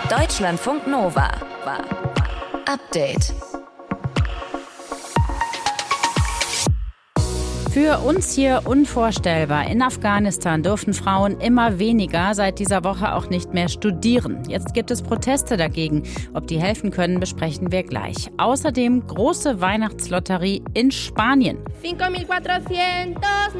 Deutschlandfunk Nova. Update. Für uns hier unvorstellbar. In Afghanistan dürfen Frauen immer weniger, seit dieser Woche auch nicht mehr studieren. Jetzt gibt es Proteste dagegen. Ob die helfen können, besprechen wir gleich. Außerdem große Weihnachtslotterie in Spanien. 5.494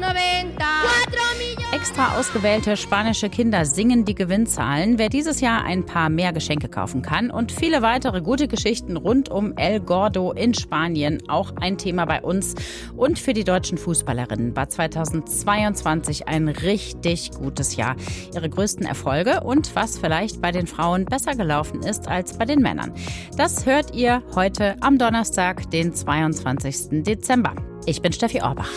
Extra ausgewählte spanische Kinder singen die Gewinnzahlen. Wer dieses Jahr ein paar mehr Geschenke kaufen kann und viele weitere gute Geschichten rund um El Gordo in Spanien. Auch ein Thema bei uns. Und für die deutschen Fußballerinnen war 2022 ein richtig gutes Jahr. Ihre größten Erfolge und was vielleicht bei den Frauen besser gelaufen ist als bei den Männern. Das hört ihr heute am Donnerstag, den 22. Dezember. Ich bin Steffi Orbach.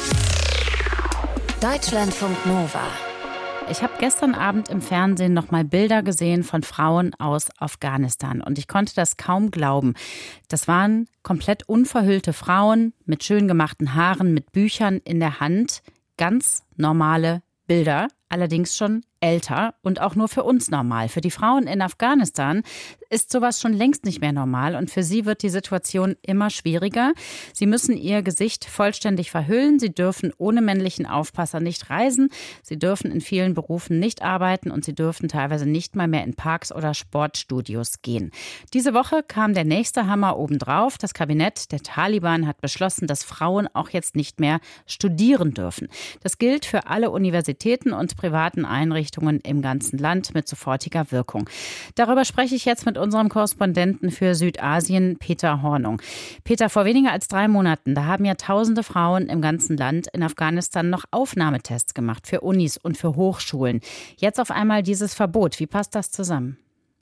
Deutschlandfunk Nova. Ich habe gestern Abend im Fernsehen noch mal Bilder gesehen von Frauen aus Afghanistan und ich konnte das kaum glauben. Das waren komplett unverhüllte Frauen mit schön gemachten Haaren, mit Büchern in der Hand. Ganz normale Bilder, allerdings schon älter und auch nur für uns normal. Für die Frauen in Afghanistan ist sowas schon längst nicht mehr normal und für sie wird die Situation immer schwieriger. Sie müssen ihr Gesicht vollständig verhüllen, sie dürfen ohne männlichen Aufpasser nicht reisen, sie dürfen in vielen Berufen nicht arbeiten und sie dürfen teilweise nicht mal mehr in Parks oder Sportstudios gehen. Diese Woche kam der nächste Hammer obendrauf. Das Kabinett der Taliban hat beschlossen, dass Frauen auch jetzt nicht mehr studieren dürfen. Das gilt für alle Universitäten und privaten Einrichtungen im ganzen Land mit sofortiger Wirkung. Darüber spreche ich jetzt mit unserem Korrespondenten für Südasien, Peter Hornung. Peter, vor weniger als 3 Monaten, da haben ja tausende Frauen im ganzen Land in Afghanistan noch Aufnahmetests gemacht für Unis und für Hochschulen. Jetzt auf einmal dieses Verbot. Wie passt das zusammen?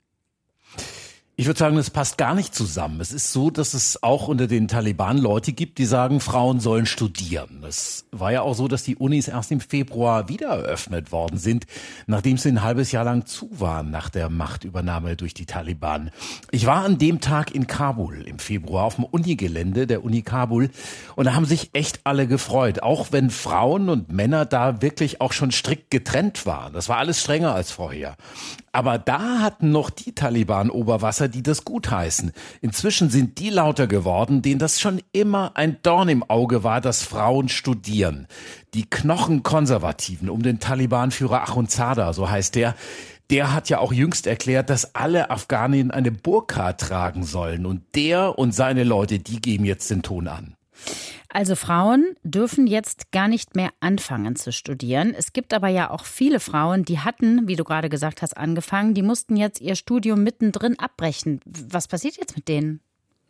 Ich würde sagen, das passt gar nicht zusammen. Es ist so, dass es auch unter den Taliban Leute gibt, die sagen, Frauen sollen studieren. Es war ja auch so, dass die Unis erst im Februar wieder eröffnet worden sind, nachdem sie ein halbes Jahr lang zu waren nach der Machtübernahme durch die Taliban. Ich war an dem Tag in Kabul im Februar auf dem Unigelände der Uni Kabul und da haben sich echt alle gefreut, auch wenn Frauen und Männer da wirklich auch schon strikt getrennt waren. Das war alles strenger als vorher. Aber da hatten noch die Taliban Oberwasser, die das gutheißen. Inzwischen sind die lauter geworden, denen das schon immer ein Dorn im Auge war, dass Frauen studieren. Die Knochenkonservativen um den Taliban-Führer Akhundzada, so heißt der hat ja auch jüngst erklärt, dass alle Afghaninnen eine Burka tragen sollen. Und der und seine Leute, die geben jetzt den Ton an. Also Frauen dürfen jetzt gar nicht mehr anfangen zu studieren. Es gibt aber ja auch viele Frauen, die hatten, wie du gerade gesagt hast, angefangen. Die mussten jetzt ihr Studium mittendrin abbrechen. Was passiert jetzt mit denen?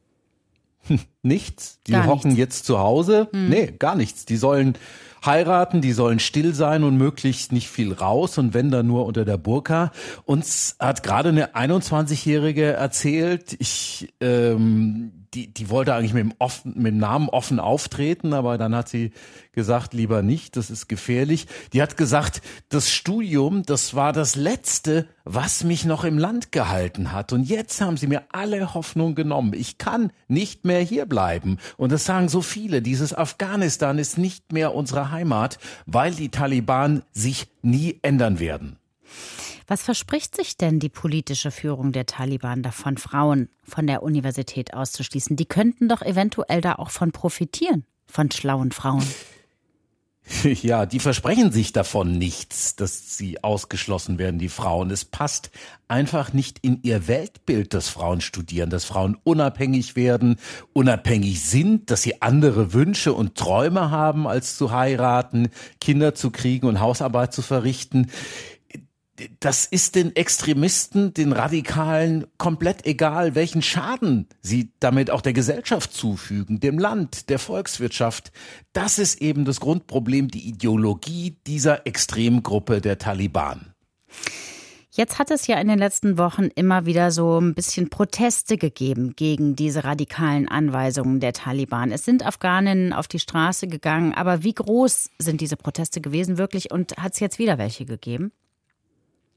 Nichts. Die hocken jetzt zu Hause. Nee, gar nichts. Die sollen heiraten, die sollen still sein und möglichst nicht viel raus und wenn dann nur unter der Burka. Uns hat gerade eine 21-Jährige erzählt, die wollte eigentlich mit dem Namen offen auftreten, aber dann hat sie gesagt, lieber nicht, das ist gefährlich. Die hat gesagt, das Studium, das war das Letzte, was mich noch im Land gehalten hat. Und jetzt haben sie mir alle Hoffnung genommen. Ich kann nicht mehr hier bleiben. Und das sagen so viele. Dieses Afghanistan ist nicht mehr unsere Heimat, weil die Taliban sich nie ändern werden. Was verspricht sich denn die politische Führung der Taliban davon, Frauen von der Universität auszuschließen? Die könnten doch eventuell da auch von profitieren, von schlauen Frauen. Ja, die versprechen sich davon nichts, dass sie ausgeschlossen werden, die Frauen. Es passt einfach nicht in ihr Weltbild, dass Frauen studieren, dass Frauen unabhängig werden, unabhängig sind, dass sie andere Wünsche und Träume haben, als zu heiraten, Kinder zu kriegen und Hausarbeit zu verrichten. Das ist den Extremisten, den Radikalen komplett egal, welchen Schaden sie damit auch der Gesellschaft zufügen, dem Land, der Volkswirtschaft. Das ist eben das Grundproblem, die Ideologie dieser Extremgruppe der Taliban. Jetzt hat es ja in den letzten Wochen immer wieder so ein bisschen Proteste gegeben gegen diese radikalen Anweisungen der Taliban. Es sind Afghaninnen auf die Straße gegangen, aber wie groß sind diese Proteste gewesen wirklich und hat es jetzt wieder welche gegeben?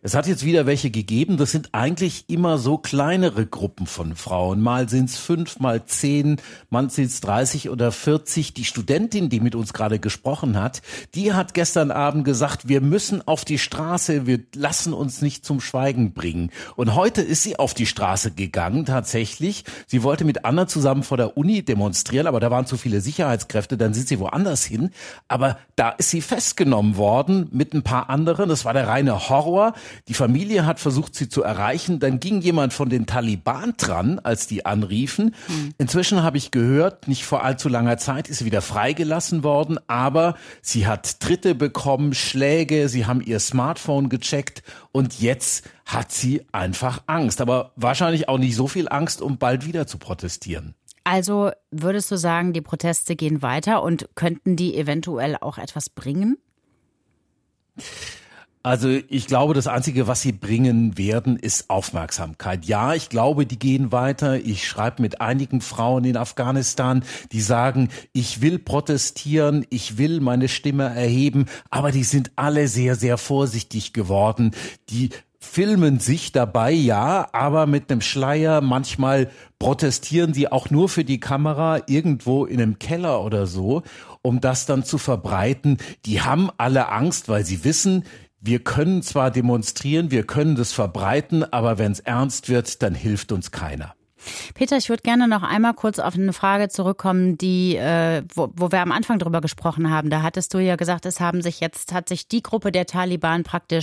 Es hat jetzt wieder welche gegeben, das sind eigentlich immer so kleinere Gruppen von Frauen. Mal sind es 5, mal 10, mal sind es 30 oder 40. Die Studentin, die mit uns gerade gesprochen hat, die hat gestern Abend gesagt, wir müssen auf die Straße, wir lassen uns nicht zum Schweigen bringen. Und heute ist sie auf die Straße gegangen, tatsächlich. Sie wollte mit anderen zusammen vor der Uni demonstrieren, aber da waren zu viele Sicherheitskräfte, dann sind sie woanders hin. Aber da ist sie festgenommen worden mit ein paar anderen. Das war der reine Horror. Die Familie hat versucht, sie zu erreichen. Dann ging jemand von den Taliban dran, als die anriefen. Inzwischen habe ich gehört, nicht vor allzu langer Zeit ist sie wieder freigelassen worden, aber sie hat Tritte bekommen, Schläge, sie haben ihr Smartphone gecheckt und jetzt hat sie einfach Angst. Aber wahrscheinlich auch nicht so viel Angst, um bald wieder zu protestieren. Also würdest du sagen, die Proteste gehen weiter und könnten die eventuell auch etwas bringen? Also ich glaube, das Einzige, was sie bringen werden, ist Aufmerksamkeit. Ja, ich glaube, die gehen weiter. Ich schreibe mit einigen Frauen in Afghanistan, die sagen, ich will protestieren, ich will meine Stimme erheben, aber die sind alle sehr, sehr vorsichtig geworden. Die filmen sich dabei, ja, aber mit einem Schleier. Manchmal protestieren sie auch nur für die Kamera irgendwo in einem Keller oder so, um das dann zu verbreiten. Die haben alle Angst, weil sie wissen, wir können zwar demonstrieren, wir können das verbreiten, aber wenn es ernst wird, dann hilft uns keiner. Peter, ich würde gerne noch einmal kurz auf eine Frage zurückkommen, die, wo wir am Anfang drüber gesprochen haben. Da hattest du ja gesagt, hat sich die Gruppe der Taliban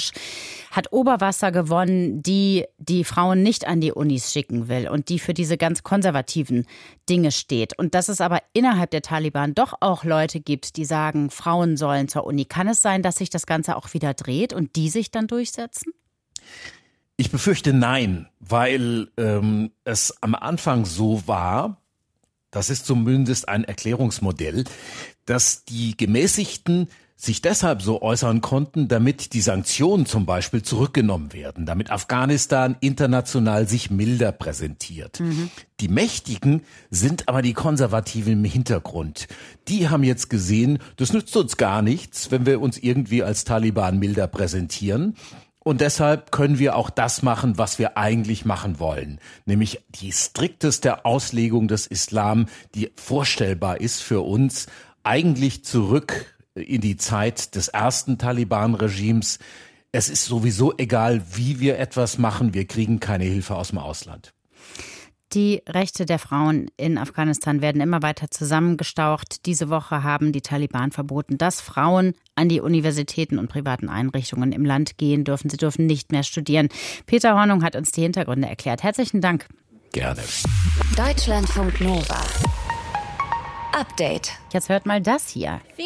hat Oberwasser gewonnen, die Frauen nicht an die Unis schicken will und die für diese ganz konservativen Dinge steht. Und dass es aber innerhalb der Taliban doch auch Leute gibt, die sagen, Frauen sollen zur Uni. Kann es sein, dass sich das Ganze auch wieder dreht und die sich dann durchsetzen? Ich befürchte nein, weil es am Anfang so war, das ist zumindest ein Erklärungsmodell, dass die Gemäßigten sich deshalb so äußern konnten, damit die Sanktionen zum Beispiel zurückgenommen werden, damit Afghanistan international sich milder präsentiert. Die Mächtigen sind aber die Konservativen im Hintergrund. Die haben jetzt gesehen, das nützt uns gar nichts, wenn wir uns irgendwie als Taliban milder präsentieren. Und deshalb können wir auch das machen, was wir eigentlich machen wollen, nämlich die strikteste Auslegung des Islam, die vorstellbar ist für uns, eigentlich zurück in die Zeit des ersten Taliban-Regimes. Es ist sowieso egal, wie wir etwas machen, wir kriegen keine Hilfe aus dem Ausland. Die Rechte der Frauen in Afghanistan werden immer weiter zusammengestaucht. Diese Woche haben die Taliban verboten, dass Frauen an die Universitäten und privaten Einrichtungen im Land gehen dürfen. Sie dürfen nicht mehr studieren. Peter Hornung hat uns die Hintergründe erklärt. Herzlichen Dank. Gerne. Deutschlandfunk Nova. Update. Jetzt hört mal das hier. 5.490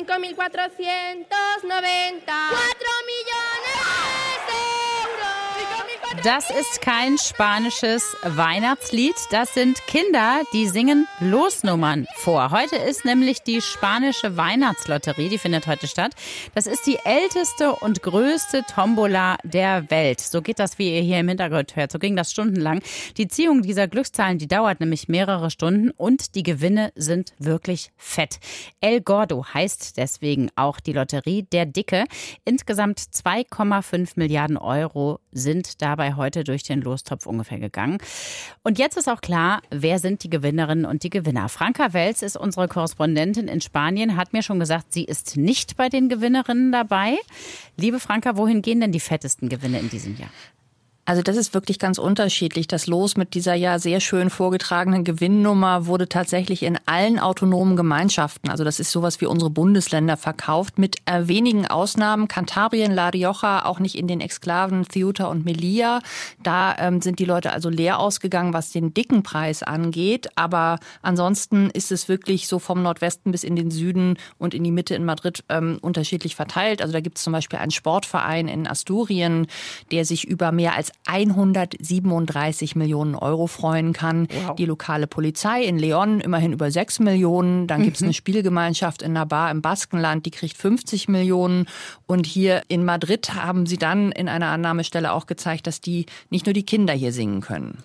4 millones euros. Das ist kein spanisches Weihnachtslied. Das sind Kinder, die singen Losnummern vor. Heute ist nämlich die spanische Weihnachtslotterie, die findet heute statt. Das ist die älteste und größte Tombola der Welt. So geht das, wie ihr hier im Hintergrund hört. So ging das stundenlang. Die Ziehung dieser Glückszahlen, die dauert nämlich mehrere Stunden und die Gewinne sind wirklich fett. El Gordo heißt deswegen auch die Lotterie der Dicke. Insgesamt 2,5 Milliarden Euro sind dabei heute durch den Lostopf ungefähr gegangen. Und jetzt ist auch klar, wer sind die Gewinnerinnen und die Gewinner. Franka Welz ist unsere Korrespondentin in Spanien, hat mir schon gesagt, sie ist nicht bei den Gewinnerinnen dabei. Liebe Franka, wohin gehen denn die fettesten Gewinne in diesem Jahr? Also das ist wirklich ganz unterschiedlich. Das Los mit dieser ja sehr schön vorgetragenen Gewinnnummer wurde tatsächlich in allen autonomen Gemeinschaften, also das ist sowas wie unsere Bundesländer, verkauft. Mit wenigen Ausnahmen, Kantabrien, La Rioja, auch nicht in den Exklaven Ceuta und Melilla. Da sind die Leute also leer ausgegangen, was den dicken Preis angeht. Aber ansonsten ist es wirklich so vom Nordwesten bis in den Süden und in die Mitte in Madrid unterschiedlich verteilt. Also da gibt es zum Beispiel einen Sportverein in Asturien, der sich über mehr als 137 Millionen Euro freuen kann. Wow. Die lokale Polizei in León immerhin über 6 Millionen. Dann gibt es eine Spielgemeinschaft in Navarra im Baskenland, die kriegt 50 Millionen. Und hier in Madrid haben sie dann in einer Annahmestelle auch gezeigt, dass die nicht nur die Kinder hier singen können.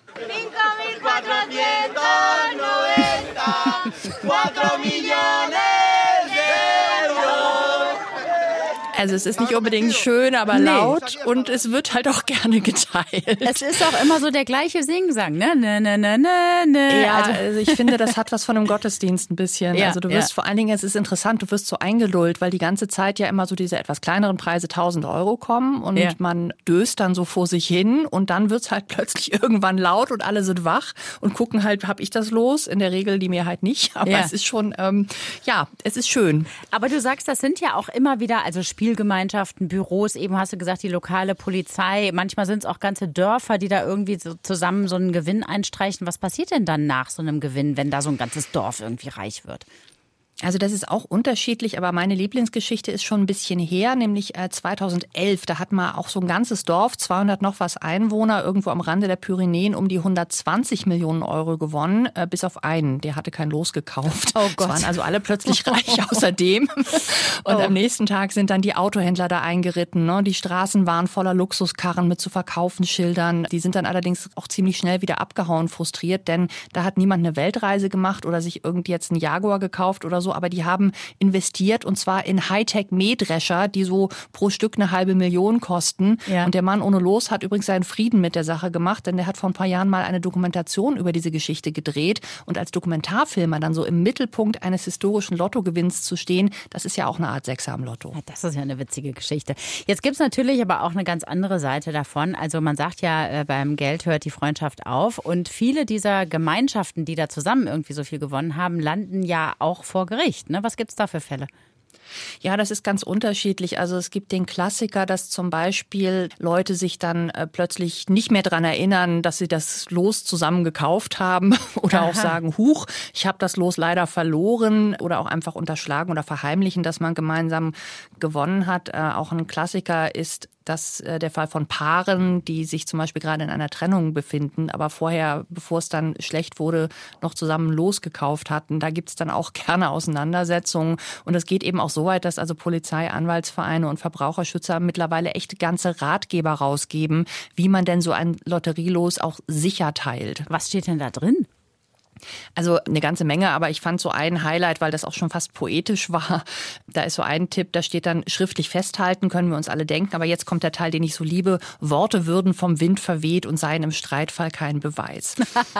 4 millones. Also es ist nicht unbedingt schön, aber laut und es wird halt auch gerne geteilt. Es ist auch immer so der gleiche Singsang, ne? Ne. Ja, also ich finde, das hat was von einem Gottesdienst ein bisschen. Ja, also du wirst vor allen Dingen, es ist interessant, du wirst so eingelullt, weil die ganze Zeit ja immer so diese etwas kleineren Preise 1.000 € kommen und man döst dann so vor sich hin und dann wird's halt plötzlich irgendwann laut und alle sind wach und gucken halt, hab ich das los? In der Regel die Mehrheit nicht, aber es ist schon, es ist schön. Aber du sagst, das sind ja auch immer wieder, also Spielgemeinschaften, Büros, eben hast du gesagt, die lokale Polizei. Manchmal sind es auch ganze Dörfer, die da irgendwie so zusammen so einen Gewinn einstreichen. Was passiert denn dann nach so einem Gewinn, wenn da so ein ganzes Dorf irgendwie reich wird? Also das ist auch unterschiedlich, aber meine Lieblingsgeschichte ist schon ein bisschen her, nämlich 2011. Da hat man auch so ein ganzes Dorf, 200 noch was Einwohner, irgendwo am Rande der Pyrenäen, um die 120 Millionen € gewonnen, bis auf einen. Der hatte kein Los gekauft. Oh Gott. Es waren also alle plötzlich reich außerdem. Und am nächsten Tag sind dann die Autohändler da eingeritten. Ne? Die Straßen waren voller Luxuskarren mit zu verkaufen Schildern. Die sind dann allerdings auch ziemlich schnell wieder abgehauen, frustriert, denn da hat niemand eine Weltreise gemacht oder sich irgendwie jetzt einen Jaguar gekauft oder so, aber die haben investiert und zwar in Hightech-Mähdrescher, die so pro Stück 500.000 kosten. Ja. Und der Mann ohne Los hat übrigens seinen Frieden mit der Sache gemacht, denn der hat vor ein paar Jahren mal eine Dokumentation über diese Geschichte gedreht und als Dokumentarfilmer dann so im Mittelpunkt eines historischen Lottogewinns zu stehen, das ist ja auch eine Art Sechser am Lotto. Ja, das ist ja eine witzige Geschichte. Jetzt gibt's natürlich aber auch eine ganz andere Seite davon. Also man sagt ja, beim Geld hört die Freundschaft auf und viele dieser Gemeinschaften, die da zusammen irgendwie so viel gewonnen haben, landen ja auch vor Gericht. Ne? Was gibt's da für Fälle? Ja, das ist ganz unterschiedlich. Also es gibt den Klassiker, dass zum Beispiel Leute sich dann plötzlich nicht mehr dran erinnern, dass sie das Los zusammen gekauft haben oder auch sagen, huch, ich habe das Los leider verloren oder auch einfach unterschlagen oder verheimlichen, dass man gemeinsam gewonnen hat. Auch ein Klassiker ist der Fall von Paaren, die sich zum Beispiel gerade in einer Trennung befinden, aber vorher, bevor es dann schlecht wurde, noch zusammen losgekauft hatten. Da gibt es dann auch gerne Auseinandersetzungen. Und es geht eben auch so weit, dass also Polizei, Anwaltsvereine und Verbraucherschützer mittlerweile echt ganze Ratgeber rausgeben, wie man denn so ein Lotterielos auch sicher teilt. Was steht denn da drin? Also eine ganze Menge, aber ich fand so ein Highlight, weil das auch schon fast poetisch war. Da ist so ein Tipp, da steht dann schriftlich festhalten, können wir uns alle denken. Aber jetzt kommt der Teil, den ich so liebe. Worte würden vom Wind verweht und seien im Streitfall kein Beweis.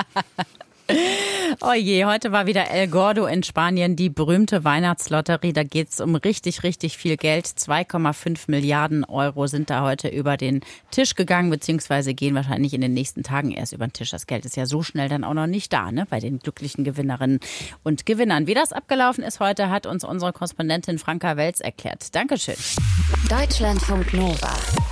Oh je, heute war wieder El Gordo in Spanien, die berühmte Weihnachtslotterie. Da geht's um richtig, richtig viel Geld. 2,5 Milliarden € sind da heute über den Tisch gegangen, beziehungsweise gehen wahrscheinlich in den nächsten Tagen erst über den Tisch. Das Geld ist ja so schnell dann auch noch nicht da, ne, bei den glücklichen Gewinnerinnen und Gewinnern. Wie das abgelaufen ist heute, hat uns unsere Korrespondentin Franka Welz erklärt. Dankeschön. Deutschlandfunk Nova.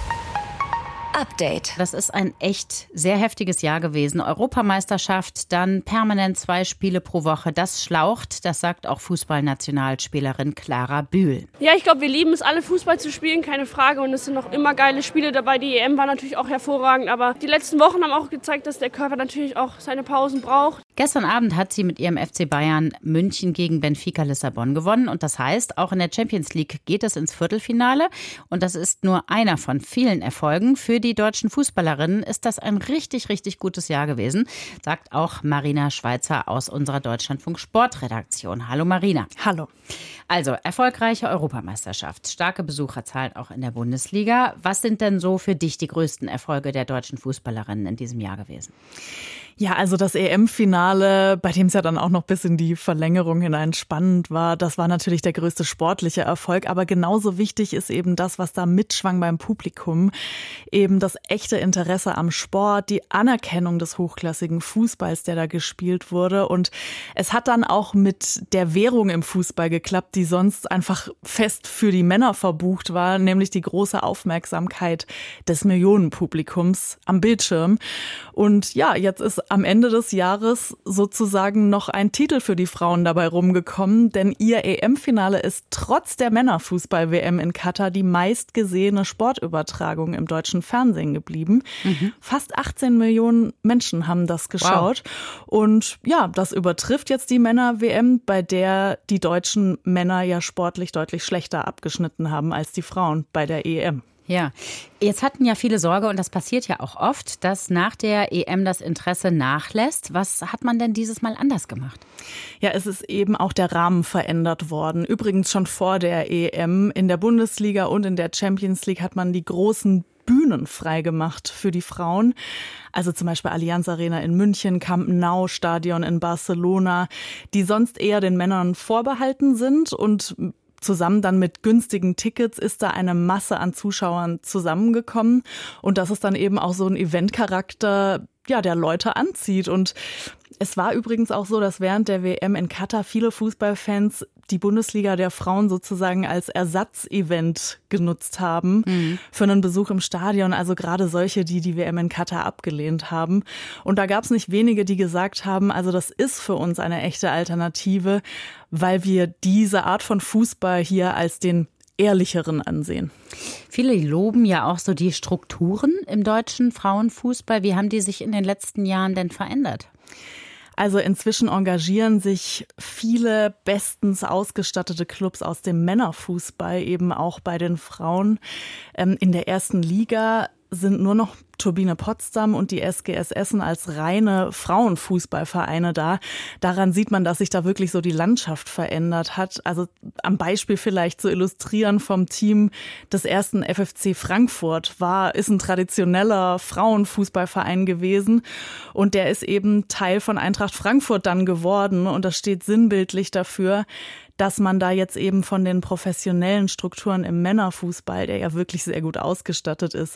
Update. Das ist ein echt sehr heftiges Jahr gewesen. Europameisterschaft, dann permanent 2 Spiele pro Woche. Das schlaucht, das sagt auch Fußballnationalspielerin Clara Bühl. Ja, ich glaube, wir lieben es alle, Fußball zu spielen, keine Frage. Und es sind noch immer geile Spiele dabei. Die EM war natürlich auch hervorragend. Aber die letzten Wochen haben auch gezeigt, dass der Körper natürlich auch seine Pausen braucht. Gestern Abend hat sie mit ihrem FC Bayern München gegen Benfica Lissabon gewonnen. Und das heißt, auch in der Champions League geht es ins Viertelfinale. Und das ist nur einer von vielen Erfolgen. Für die deutschen Fußballerinnen ist das ein richtig, richtig gutes Jahr gewesen, sagt auch Marina Schweizer aus unserer Deutschlandfunk-Sportredaktion. Hallo Marina. Hallo. Also, erfolgreiche Europameisterschaft, starke Besucherzahlen auch in der Bundesliga. Was sind denn so für dich die größten Erfolge der deutschen Fußballerinnen in diesem Jahr gewesen? Ja, also das EM-Finale, bei dem es ja dann auch noch bis in die Verlängerung hinein spannend war, das war natürlich der größte sportliche Erfolg. Aber genauso wichtig ist eben das, was da mitschwang beim Publikum. Eben das echte Interesse am Sport, die Anerkennung des hochklassigen Fußballs, der da gespielt wurde. Und es hat dann auch mit der Währung im Fußball geklappt, die sonst einfach fest für die Männer verbucht war, nämlich die große Aufmerksamkeit des Millionenpublikums am Bildschirm. Und ja, jetzt ist am Ende des Jahres sozusagen noch ein Titel für die Frauen dabei rumgekommen, denn ihr EM-Finale ist trotz der Männerfußball-WM in Katar die meistgesehene Sportübertragung im deutschen Fernsehen geblieben. Fast 18 Millionen Menschen haben das geschaut. Wow. Und ja, das übertrifft jetzt die Männer-WM, bei der die deutschen Männer ja sportlich deutlich schlechter abgeschnitten haben als die Frauen bei der EM. Ja, jetzt hatten ja viele Sorge, und das passiert ja auch oft, dass nach der EM das Interesse nachlässt. Was hat man denn dieses Mal anders gemacht? Ja, es ist eben auch der Rahmen verändert worden. Übrigens schon vor der EM. In der Bundesliga und in der Champions League hat man die großen Bühnen freigemacht für die Frauen. Also zum Beispiel Allianz Arena in München, Camp Nou Stadion in Barcelona, die sonst eher den Männern vorbehalten sind. Und zusammen dann mit günstigen Tickets ist da eine Masse an Zuschauern zusammengekommen. Und das ist dann eben auch so ein Eventcharakter, ja, der Leute anzieht. Und es war übrigens auch so, dass während der WM in Katar viele Fußballfans die Bundesliga der Frauen sozusagen als Ersatzevent genutzt haben für einen Besuch im Stadion. Also gerade solche, die die WM in Katar abgelehnt haben. Und da gab es nicht wenige, die gesagt haben, also das ist für uns eine echte Alternative, weil wir diese Art von Fußball hier als den ehrlicheren ansehen. Viele loben ja auch so die Strukturen im deutschen Frauenfußball. Wie haben die sich in den letzten Jahren denn verändert? Also inzwischen engagieren sich viele bestens ausgestattete Clubs aus dem Männerfußball eben auch bei den Frauen. In der ersten Liga sind nur noch Turbine Potsdam und die SGS Essen als reine Frauenfußballvereine da. Daran sieht man, dass sich da wirklich so die Landschaft verändert hat. Also am Beispiel vielleicht zu illustrieren vom Team des ersten FFC Frankfurt ist ein traditioneller Frauenfußballverein gewesen und der ist eben Teil von Eintracht Frankfurt dann geworden und das steht sinnbildlich dafür, dass man da jetzt eben von den professionellen Strukturen im Männerfußball, der ja wirklich sehr gut ausgestattet ist,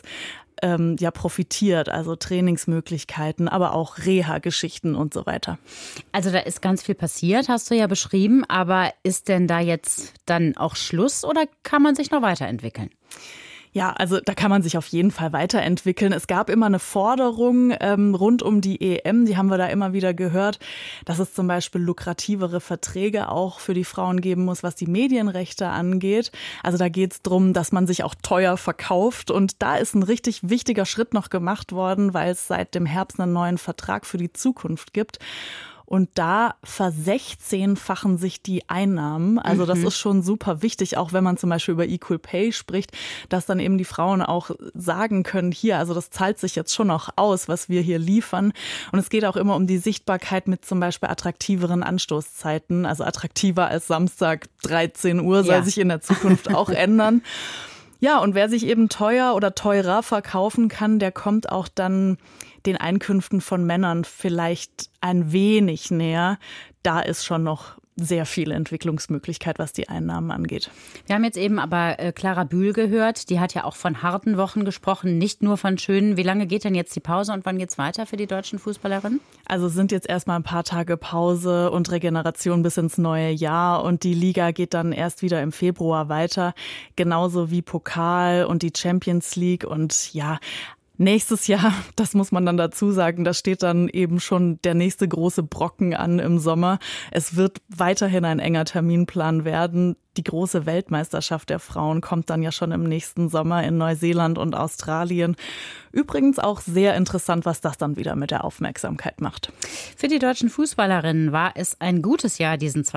ja profitiert, also Trainingsmöglichkeiten, aber auch Reha-Geschichten und so weiter. Also da ist ganz viel passiert, hast du ja beschrieben, aber ist denn da jetzt dann auch Schluss oder kann man sich noch weiterentwickeln? Ja, also da kann man sich auf jeden Fall weiterentwickeln. Es gab immer eine Forderung rund um die EM, die haben wir da immer wieder gehört, dass es zum Beispiel lukrativere Verträge auch für die Frauen geben muss, was die Medienrechte angeht. Also da geht es darum, dass man sich auch teuer verkauft und da ist ein richtig wichtiger Schritt noch gemacht worden, weil es seit dem Herbst einen neuen Vertrag für die Zukunft gibt. Und da versechzehnfachen sich die Einnahmen. Also das ist schon super wichtig, auch wenn man zum Beispiel über Equal Pay spricht, dass dann eben die Frauen auch sagen können, hier, also das zahlt sich jetzt schon auch aus, was wir hier liefern. Und es geht auch immer um die Sichtbarkeit mit zum Beispiel attraktiveren Anstoßzeiten. Also attraktiver als Samstag 13 Uhr soll sich in der Zukunft auch ändern. Ja, und wer sich eben teuer oder teurer verkaufen kann, der kommt auch dann den Einkünften von Männern vielleicht ein wenig näher. Da ist schon noch sehr viel Entwicklungsmöglichkeit, was die Einnahmen angeht. Wir haben jetzt eben aber Clara Bühl gehört. Die hat ja auch von harten Wochen gesprochen, nicht nur von schönen. Wie lange geht denn jetzt die Pause und wann geht's weiter für die deutschen Fußballerinnen? Also es sind jetzt erstmal ein paar Tage Pause und Regeneration bis ins neue Jahr. Und die Liga geht dann erst wieder im Februar weiter. Genauso wie Pokal und die Champions League. Und ja, nächstes Jahr, das muss man dann dazu sagen, da steht dann eben schon der nächste große Brocken an im Sommer. Es wird weiterhin ein enger Terminplan werden. Die große Weltmeisterschaft der Frauen kommt dann ja schon im nächsten Sommer in Neuseeland und Australien. Übrigens auch sehr interessant, was das dann wieder mit der Aufmerksamkeit macht. Für die deutschen Fußballerinnen war es ein gutes Jahr, dieses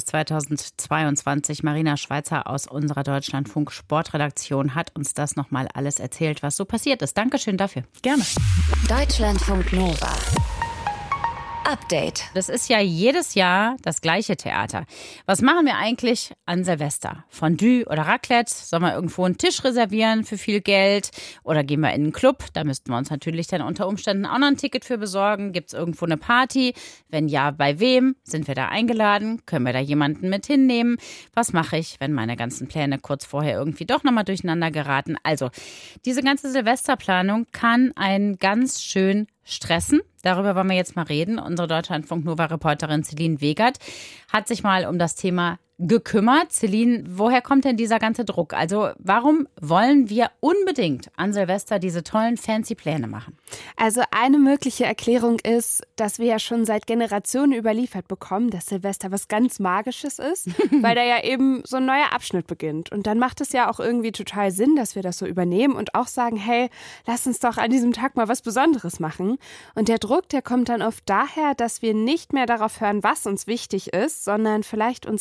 2022. Marina Schweizer aus unserer Deutschlandfunk Sportredaktion hat uns das nochmal alles erzählt, was so passiert ist. Dankeschön dafür. Gerne. Deutschlandfunk Nova. Update. Das ist ja jedes Jahr das gleiche Theater. Was machen wir eigentlich an Silvester? Fondue oder Raclette? Sollen wir irgendwo einen Tisch reservieren für viel Geld? Oder gehen wir in einen Club? Da müssten wir uns natürlich dann unter Umständen auch noch ein Ticket für besorgen. Gibt es irgendwo eine Party? Wenn ja, bei wem? Sind wir da eingeladen? Können wir da jemanden mit hinnehmen? Was mache ich, wenn meine ganzen Pläne kurz vorher irgendwie doch nochmal durcheinander geraten? Also, diese ganze Silvesterplanung kann einen ganz schön stressen. Darüber wollen wir jetzt mal reden. Unsere Deutschlandfunk-Nova-Reporterin Celine Wegert hat sich mal um das Thema gekümmert. Celine, woher kommt denn dieser ganze Druck? Also warum wollen wir unbedingt an Silvester diese tollen fancy Pläne machen? Also eine mögliche Erklärung ist, dass wir ja schon seit Generationen überliefert bekommen, dass Silvester was ganz Magisches ist, weil da ja eben so ein neuer Abschnitt beginnt. Und dann macht es ja auch irgendwie total Sinn, dass wir das so übernehmen und auch sagen, hey, lass uns doch an diesem Tag mal was Besonderes machen. Und der Druck, der kommt dann oft daher, dass wir nicht mehr darauf hören, was uns wichtig ist, sondern vielleicht uns eher dann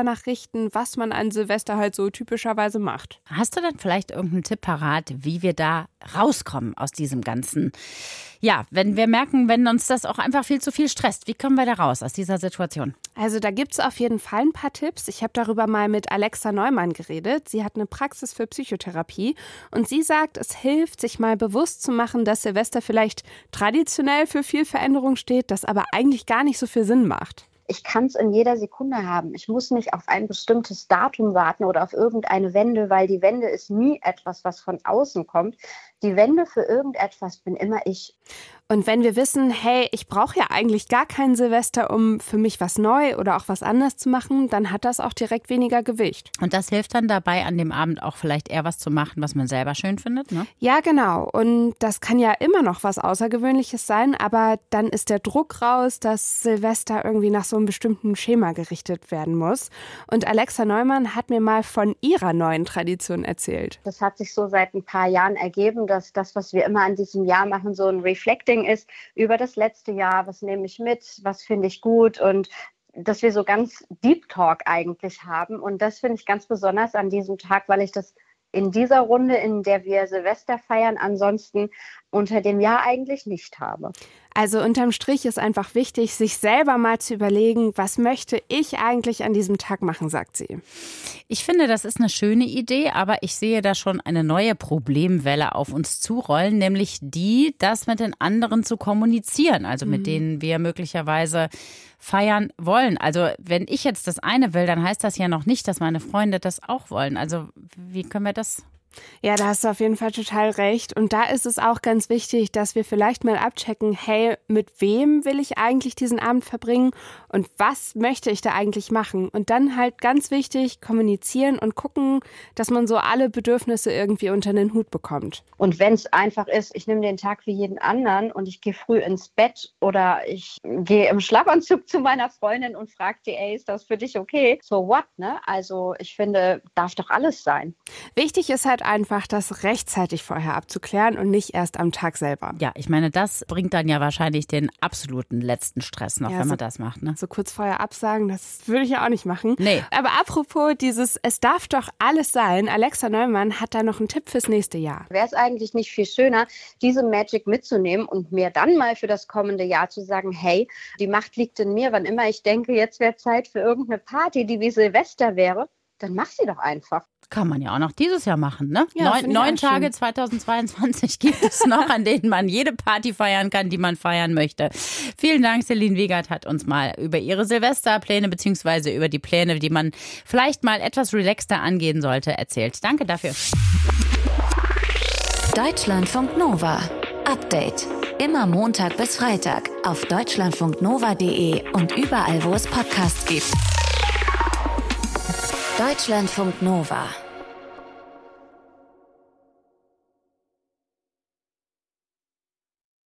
danach richten, was man an Silvester halt so typischerweise macht. Hast du dann vielleicht irgendeinen Tipp parat, wie wir da rauskommen aus diesem Ganzen? Ja, wenn wir merken, wenn uns das auch einfach viel zu viel stresst, wie kommen wir da raus aus dieser Situation? Also da gibt es auf jeden Fall ein paar Tipps. Ich habe darüber mal mit Alexa Neumann geredet. Sie hat eine Praxis für Psychotherapie und sie sagt, es hilft, sich mal bewusst zu machen, dass Silvester vielleicht traditionell für viel Veränderung steht, das aber eigentlich gar nicht so viel Sinn macht. Ich kann es in jeder Sekunde haben. Ich muss nicht auf ein bestimmtes Datum warten oder auf irgendeine Wende, weil die Wende ist nie etwas, was von außen kommt. Die Wende für irgendetwas bin immer ich. Und wenn wir wissen, hey, ich brauche ja eigentlich gar kein Silvester, um für mich was neu oder auch was anderes zu machen, dann hat das auch direkt weniger Gewicht. Und das hilft dann dabei, an dem Abend auch vielleicht eher was zu machen, was man selber schön findet, ne? Ja, genau. Und das kann ja immer noch was Außergewöhnliches sein, aber dann ist der Druck raus, dass Silvester irgendwie nach so einem bestimmten Schema gerichtet werden muss. Und Alexa Neumann hat mir mal von ihrer neuen Tradition erzählt. Das hat sich so seit ein paar Jahren ergeben, dass das, was wir immer an diesem Jahr machen, so ein Reflecting ist über das letzte Jahr. Was nehme ich mit? Was finde ich gut? Und dass wir so ganz Deep Talk eigentlich haben. Und das finde ich ganz besonders an diesem Tag, weil ich das in dieser Runde, in der wir Silvester feiern, ansonsten unter dem Jahr eigentlich nicht habe. Also unterm Strich ist einfach wichtig, sich selber mal zu überlegen, was möchte ich eigentlich an diesem Tag machen, sagt sie. Ich finde, das ist eine schöne Idee, aber ich sehe da schon eine neue Problemwelle auf uns zurollen, nämlich die, das mit den anderen zu kommunizieren, also mit denen wir möglicherweise feiern wollen. Also wenn ich jetzt das eine will, dann heißt das ja noch nicht, dass meine Freunde das auch wollen. Also wie können wir das? Ja, da hast du auf jeden Fall total recht. Und da ist es auch ganz wichtig, dass wir vielleicht mal abchecken, hey, mit wem will ich eigentlich diesen Abend verbringen und was möchte ich da eigentlich machen? Und dann halt ganz wichtig, kommunizieren und gucken, dass man so alle Bedürfnisse irgendwie unter den Hut bekommt. Und wenn es einfach ist, ich nehme den Tag wie jeden anderen und ich gehe früh ins Bett oder ich gehe im Schlafanzug zu meiner Freundin und frage die, ey, ist das für dich okay? So what, ne? Also ich finde, darf doch alles sein. Wichtig ist halt einfach, das rechtzeitig vorher abzuklären und nicht erst am Tag selber. Ja, ich meine, das bringt dann ja wahrscheinlich den absoluten letzten Stress noch, wenn man das macht, ne? So kurz vorher absagen, das würde ich ja auch nicht machen. Nee. Aber apropos dieses, es darf doch alles sein, Alexa Neumann hat da noch einen Tipp fürs nächste Jahr. Wäre es eigentlich nicht viel schöner, diese Magic mitzunehmen und mir dann mal für das kommende Jahr zu sagen, hey, die Macht liegt in mir, wann immer ich denke, jetzt wäre Zeit für irgendeine Party, die wie Silvester wäre, dann mach sie doch einfach. Kann man ja auch noch dieses Jahr machen, ne? Ja, 9 Tage 2022 gibt es noch, an denen man jede Party feiern kann, die man feiern möchte. Vielen Dank, Celine Wiegert hat uns mal über ihre Silvesterpläne bzw. über die Pläne, die man vielleicht mal etwas relaxter angehen sollte, erzählt. Danke dafür. Deutschlandfunk Nova. Update. Immer Montag bis Freitag auf deutschlandfunknova.de und überall, wo es Podcasts gibt. Deutschlandfunk Nova.